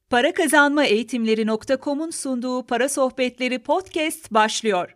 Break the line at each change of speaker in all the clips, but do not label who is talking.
Para Kazanma Eğitimleri.com'un sunduğu Para Sohbetleri podcast başlıyor.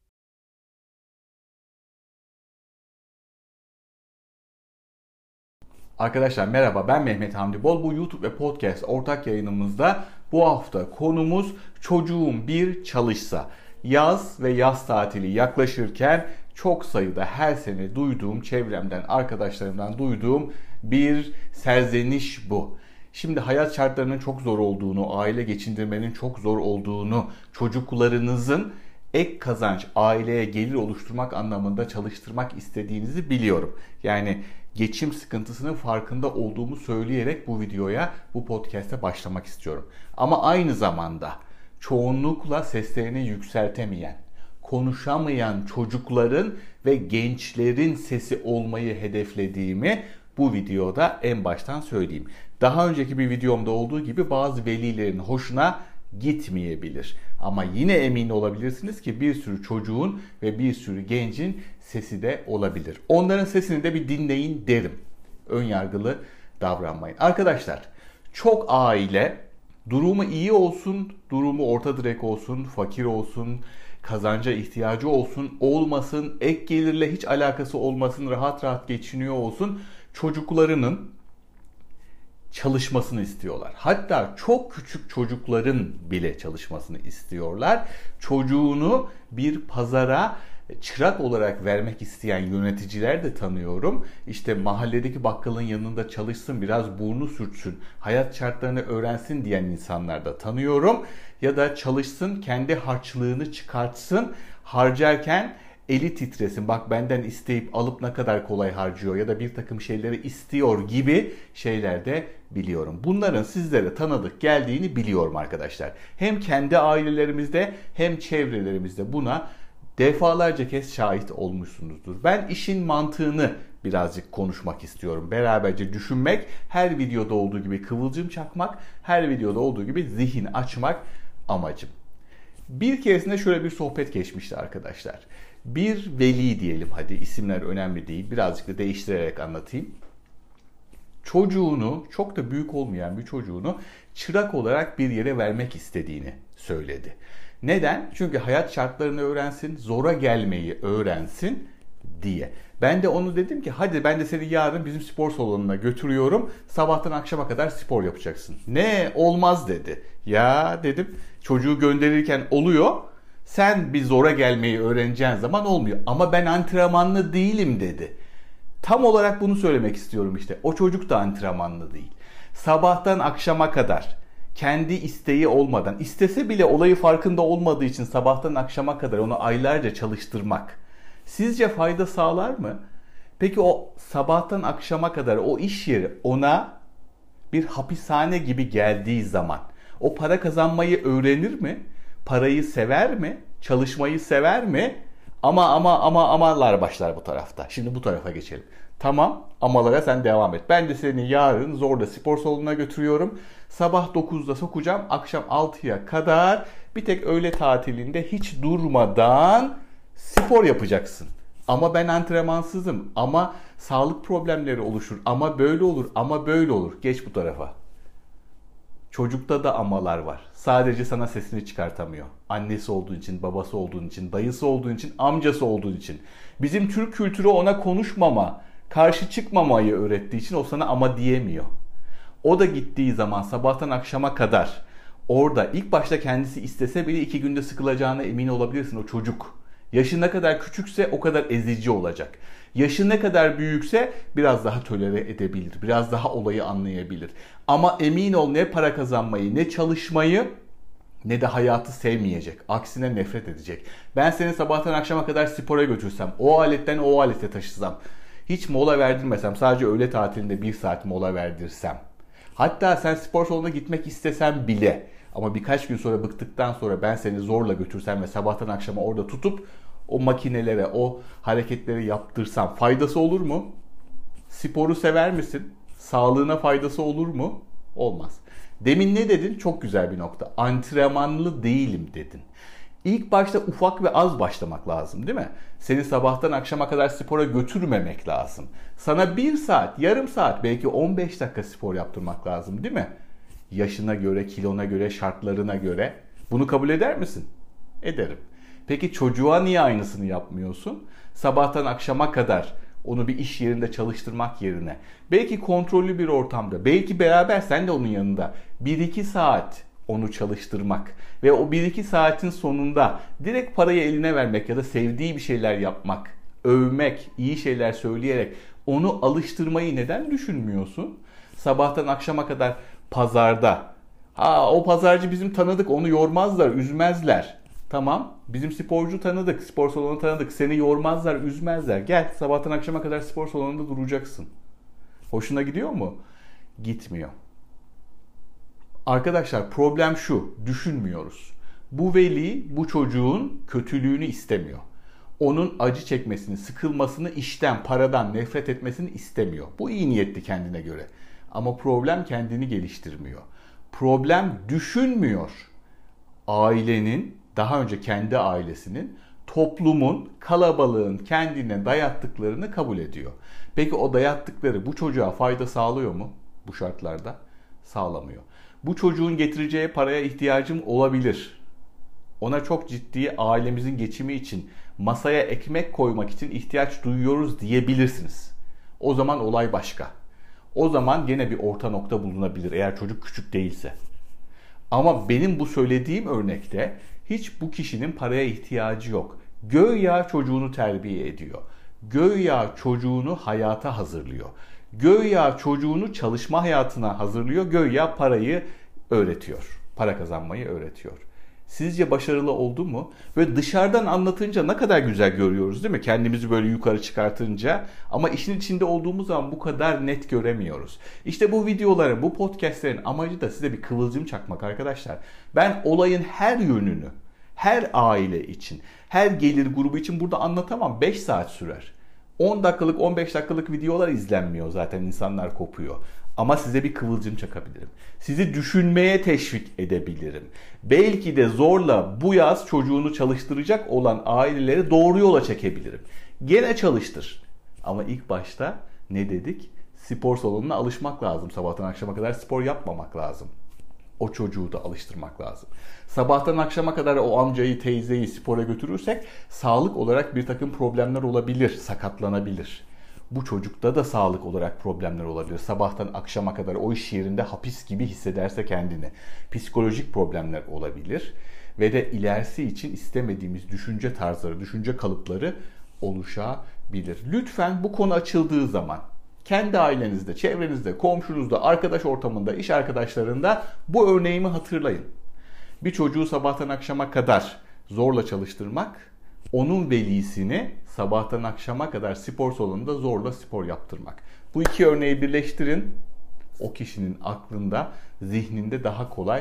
Arkadaşlar merhaba, ben Mehmet Hamdi Bol. Bu YouTube ve podcast ortak yayınımızda bu hafta konumuz çocuğum bir çalışsa. Yaz ve yaz tatili yaklaşırken çok sayıda her sene duyduğum, çevremden, arkadaşlarımdan duyduğum bir serzeniş bu. Şimdi hayat şartlarının çok zor olduğunu, aile geçindirmenin çok zor olduğunu, çocuklarınızın ek kazanç, aileye gelir oluşturmak anlamında çalıştırmak istediğinizi biliyorum. Yani geçim sıkıntısının farkında olduğumu söyleyerek bu videoya, bu podcast'e başlamak istiyorum. Ama aynı zamanda çoğunlukla seslerini yükseltemeyen, konuşamayan çocukların ve gençlerin sesi olmayı hedeflediğimi bu videoda en baştan söyleyeyim. Daha önceki bir videomda olduğu gibi bazı velilerin hoşuna gitmeyebilir. Ama yine emin olabilirsiniz ki bir sürü çocuğun ve bir sürü gencin sesi de olabilir. Onların sesini de bir dinleyin derim. Önyargılı davranmayın. Arkadaşlar, çok aile durumu iyi olsun, durumu orta direk olsun, fakir olsun, kazanca ihtiyacı olsun, olmasın, ek gelirle hiç alakası olmasın, rahat rahat geçiniyor olsun, çocuklarının çalışmasını istiyorlar. Hatta çok küçük çocukların bile çalışmasını istiyorlar. Çocuğunu bir pazara çırak olarak vermek isteyen yöneticiler de tanıyorum. İşte mahalledeki bakkalın yanında çalışsın, biraz burnu sürtsün, hayat şartlarını öğrensin diyen insanlar da tanıyorum. Ya da çalışsın, kendi harçlığını çıkartsın, harcarken eli titresin. Bak benden isteyip alıp ne kadar kolay harcıyor ya da bir takım şeyleri istiyor gibi şeyler de biliyorum. Bunların sizlere tanıdık geldiğini biliyorum arkadaşlar. Hem kendi ailelerimizde hem çevrelerimizde buna defalarca kez şahit olmuşsunuzdur. Ben işin mantığını birazcık konuşmak istiyorum. Beraberce düşünmek, her videoda olduğu gibi kıvılcım çakmak, her videoda olduğu gibi zihin açmak amacım. Bir keresinde şöyle bir sohbet geçmişti arkadaşlar. Bir veli diyelim, hadi isimler önemli değil, birazcık da değiştirerek anlatayım. Çocuğunu, çok da büyük olmayan bir çocuğunu çırak olarak bir yere vermek istediğini söyledi. Neden? Çünkü hayat şartlarını öğrensin, zora gelmeyi öğrensin diye. Ben de onu dedim ki hadi ben de seni yarın bizim spor salonuna götürüyorum. Sabahtan akşama kadar spor yapacaksın. Ne? Olmaz dedi. Ya dedim, çocuğu gönderirken oluyor. Sen bir zora gelmeyi öğreneceğin zaman olmuyor. Ama ben antrenmanlı değilim dedi. Tam olarak bunu söylemek istiyorum işte. O çocuk da antrenmanlı değil. Sabahtan akşama kadar kendi isteği olmadan, istese bile olayı farkında olmadığı için sabahtan akşama kadar onu aylarca çalıştırmak sizce fayda sağlar mı? Peki o sabahtan akşama kadar o iş yeri ona bir hapishane gibi geldiği zaman o para kazanmayı öğrenir mi? Parayı sever mi? Çalışmayı sever mi? Amalar başlar bu tarafta. Şimdi bu tarafa geçelim. Tamam, amalara sen devam et. Ben de seni yarın Zorla spor salonuna götürüyorum. Sabah 9'da sokacağım. Akşam 6'ya kadar bir tek öğle tatilinde hiç durmadan spor yapacaksın. Ama ben antrenmansızım. Ama sağlık problemleri oluşur. Ama böyle olur. Ama böyle olur. Geç bu tarafa. Çocukta da amalar var. Sadece sana sesini çıkartamıyor. Annesi olduğu için, babası olduğu için, dayısı olduğu için, amcası olduğu için. Bizim Türk kültürü ona konuşmama, karşı çıkmamayı öğrettiği için o sana ama diyemiyor. O da gittiği zaman sabahtan akşama kadar orada ilk başta kendisi istese bile 2 günde sıkılacağına emin olabilirsin o çocuk. Yaşı ne kadar küçükse o kadar ezici olacak. Yaşı ne kadar büyükse biraz daha tolere edebilir. Biraz daha olayı anlayabilir. Ama emin ol ne para kazanmayı, ne çalışmayı, ne de hayatı sevmeyecek. Aksine nefret edecek. Ben seni sabahtan akşama kadar spora götürsem, o aletten o alete taşısam, hiç mola verdirmesem, sadece öğle tatilinde 1 saat mola verdirsem, hatta sen spor salonuna gitmek istesen bile ama birkaç gün sonra bıktıktan sonra ben seni zorla götürsem ve sabahtan akşama orada tutup o makinelere, o hareketleri yaptırsam faydası olur mu? Sporu sever misin? Sağlığına faydası olur mu? Olmaz. Demin ne dedin? Çok güzel bir nokta. Antrenmanlı değilim dedin. İlk başta ufak ve az başlamak lazım değil mi? Seni sabahtan akşama kadar spora götürmemek lazım. Sana 1 saat, yarım saat, belki 15 dakika spor yaptırmak lazım değil mi? Yaşına göre, kilona göre, şartlarına göre. Bunu kabul eder misin? Ederim. Peki çocuğa niye aynısını yapmıyorsun? Sabahtan akşama kadar onu bir iş yerinde çalıştırmak yerine, belki kontrollü bir ortamda, belki beraber sen de onun yanında 1-2 saat onu çalıştırmak ve o 1-2 saatin sonunda direkt parayı eline vermek ya da sevdiği bir şeyler yapmak, övmek, iyi şeyler söyleyerek onu alıştırmayı neden düşünmüyorsun? Sabahtan akşama kadar pazarda, o pazarcı bizim tanıdık, onu yormazlar, üzmezler. Tamam, bizim sporcu tanıdık, spor salonu tanıdık, seni yormazlar, üzmezler. Gel, sabahtan akşama kadar spor salonunda duracaksın. Hoşuna gidiyor mu? Gitmiyor. Arkadaşlar problem şu, düşünmüyoruz. Bu veli bu çocuğun kötülüğünü istemiyor. Onun acı çekmesini, sıkılmasını, işten, paradan nefret etmesini istemiyor. Bu iyi niyetli kendine göre. Ama problem kendini geliştirmiyor. Problem düşünmüyor. Ailenin, daha önce kendi ailesinin, toplumun, kalabalığın kendine dayattıklarını kabul ediyor. Peki o dayattıkları bu çocuğa fayda sağlıyor mu bu şartlarda? Sağlamıyor. Bu çocuğun getireceği paraya ihtiyacım olabilir. Ona çok ciddi ailemizin geçimi için, masaya ekmek koymak için ihtiyaç duyuyoruz diyebilirsiniz. O zaman olay başka. O zaman gene bir orta nokta bulunabilir eğer çocuk küçük değilse. Ama benim bu söylediğim örnekte hiç bu kişinin paraya ihtiyacı yok. Güya çocuğunu terbiye ediyor. Güya çocuğunu hayata hazırlıyor. Güya çocuğunu çalışma hayatına hazırlıyor. Güya parayı öğretiyor. Para kazanmayı öğretiyor. Sizce başarılı oldu mu? Ve dışarıdan anlatınca ne kadar güzel görüyoruz değil mi? Kendimizi böyle yukarı çıkartınca. Ama işin içinde olduğumuz zaman bu kadar net göremiyoruz. İşte bu videoların, bu podcastlerin amacı da size bir kıvılcım çakmak arkadaşlar. Ben olayın her yönünü, her aile için, her gelir grubu için burada anlatamam. 5 saat sürer. 10 dakikalık, 15 dakikalık videolar izlenmiyor zaten, insanlar kopuyor. Ama size bir kıvılcım çakabilirim. Sizi düşünmeye teşvik edebilirim. Belki de zorla bu yaz çocuğunu çalıştıracak olan aileleri doğru yola çekebilirim. Gene çalıştır. Ama ilk başta ne dedik? Spor salonuna alışmak lazım. Sabahtan akşama kadar spor yapmamak lazım. O çocuğu da alıştırmak lazım. Sabahtan akşama kadar o amcayı, teyzeyi spora götürürsek sağlık olarak bir takım problemler olabilir, sakatlanabilir. Bu çocukta da sağlık olarak problemler olabilir. Sabahtan akşama kadar o iş yerinde hapis gibi hissederse kendini. Psikolojik problemler olabilir. Ve de ilerisi için istemediğimiz düşünce tarzları, düşünce kalıpları oluşabilir. Lütfen bu konu açıldığı zaman kendi ailenizde, çevrenizde, komşunuzda, arkadaş ortamında, iş arkadaşlarında bu örneğimi hatırlayın. Bir çocuğu sabahtan akşama kadar zorla çalıştırmak, onun velisini sabahtan akşama kadar spor salonunda zorla spor yaptırmak. Bu iki örneği birleştirin. O kişinin aklında, zihninde daha kolay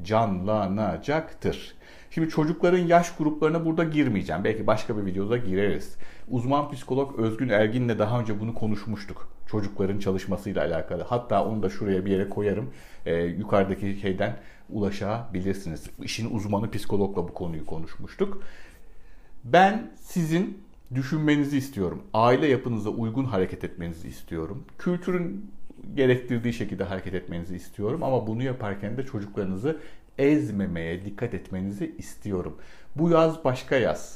canlanacaktır. Şimdi çocukların yaş gruplarına burada girmeyeceğim. Belki başka bir videoda gireriz. Uzman psikolog Özgün Ergin'le daha önce bunu konuşmuştuk. Çocukların çalışmasıyla alakalı. Hatta onu da şuraya bir yere koyarım. Yukarıdaki şeyden ulaşabilirsiniz. İşin uzmanı psikologla bu konuyu konuşmuştuk. Ben sizin düşünmenizi istiyorum. Aile yapınıza uygun hareket etmenizi istiyorum. Kültürün gerektirdiği şekilde hareket etmenizi istiyorum. Ama bunu yaparken de çocuklarınızı ezmemeye dikkat etmenizi istiyorum. Bu yaz başka yaz.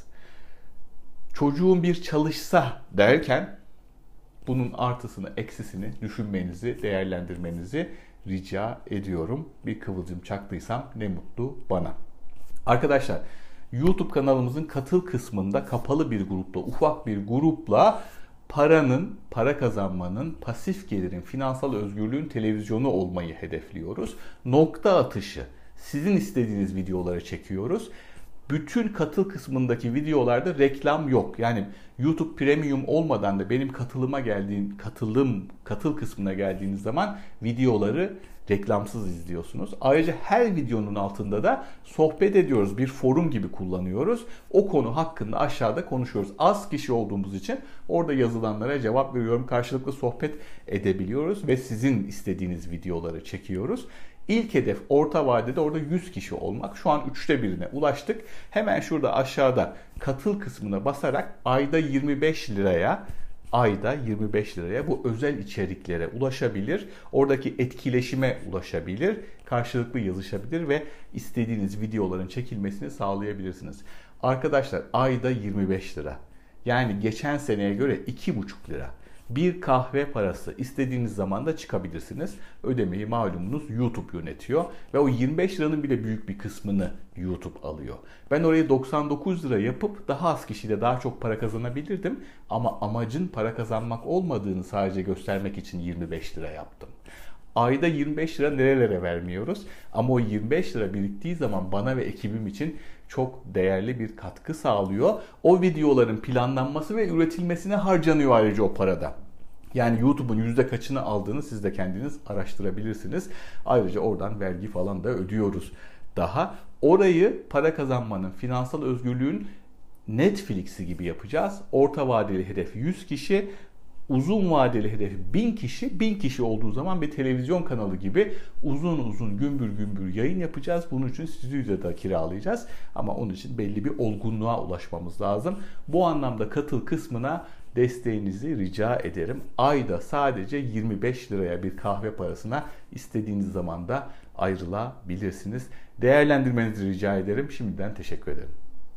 Çocuğun bir çalışsa derken bunun artısını, eksisini düşünmenizi, değerlendirmenizi rica ediyorum. Bir kıvılcım çaktıysam ne mutlu bana. Arkadaşlar, YouTube kanalımızın katıl kısmında kapalı bir grupla, ufak bir grupla para kazanmanın, pasif gelirin, finansal özgürlüğün televizyonu olmayı hedefliyoruz. Nokta atışı sizin istediğiniz videoları çekiyoruz. Bütün katıl kısmındaki videolarda reklam yok. Yani YouTube Premium olmadan da benim katıl kısmına geldiğiniz zaman videoları reklamsız izliyorsunuz. Ayrıca her videonun altında da sohbet ediyoruz. Bir forum gibi kullanıyoruz. O konu hakkında aşağıda konuşuyoruz. Az kişi olduğumuz için orada yazılanlara cevap veriyorum. Karşılıklı sohbet edebiliyoruz ve sizin istediğiniz videoları çekiyoruz. İlk hedef orta vadede orada 100 kişi olmak. Şu an 1/3'üne ulaştık. Hemen şurada aşağıda katıl kısmına basarak ayda 25 liraya ayda 25 liraya bu özel içeriklere ulaşabilir. Oradaki etkileşime ulaşabilir. Karşılıklı yazışabilir ve istediğiniz videoların çekilmesini sağlayabilirsiniz. Arkadaşlar ayda 25 lira. Yani geçen seneye göre 2,5 lira. Bir kahve parası istediğiniz zaman da çıkabilirsiniz. Ödemeyi malumunuz YouTube yönetiyor ve o 25 liranın bile büyük bir kısmını YouTube alıyor. Ben orayı 99 lira yapıp daha az kişiyle daha çok para kazanabilirdim ama amacın para kazanmak olmadığını sadece göstermek için 25 lira yaptım. Ayda 25 lira nerelere vermiyoruz ama o 25 lira biriktiği zaman bana ve ekibim için çok değerli bir katkı sağlıyor. O videoların planlanması ve üretilmesine harcanıyor ayrıca o parada. Yani YouTube'un yüzde kaçını aldığını siz de kendiniz araştırabilirsiniz. Ayrıca oradan vergi falan da ödüyoruz. Daha orayı para kazanmanın, finansal özgürlüğün Netflix'i gibi yapacağız. Orta vadeli hedef 100 kişi. Uzun vadeli hedef 1000 kişi. 1000 kişi olduğu zaman bir televizyon kanalı gibi uzun uzun gümbür gümbür yayın yapacağız. Bunun için stüdyoyu da kiralayacağız. Ama onun için belli bir olgunluğa ulaşmamız lazım. Bu anlamda katıl kısmına desteğinizi rica ederim. Ayda sadece 25 liraya bir kahve parasına istediğiniz zaman da ayrılabilirsiniz. Değerlendirmenizi rica ederim. Şimdiden teşekkür ederim.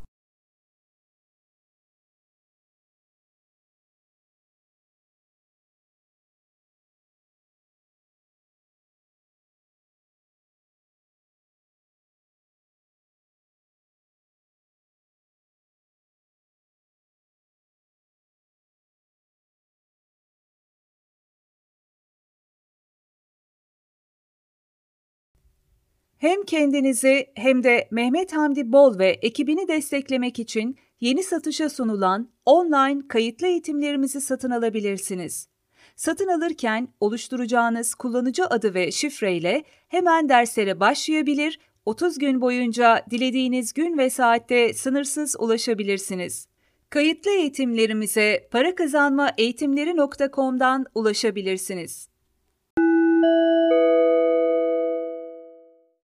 Hem kendinizi hem de Mehmet Hamdi Bol ve ekibini desteklemek için yeni satışa sunulan online kayıtlı eğitimlerimizi satın alabilirsiniz. Satın alırken oluşturacağınız kullanıcı adı ve şifreyle hemen derslere başlayabilir, 30 gün boyunca dilediğiniz gün ve saatte sınırsız ulaşabilirsiniz. Kayıtlı eğitimlerimize parakazanmaeğitimleri.com'dan ulaşabilirsiniz.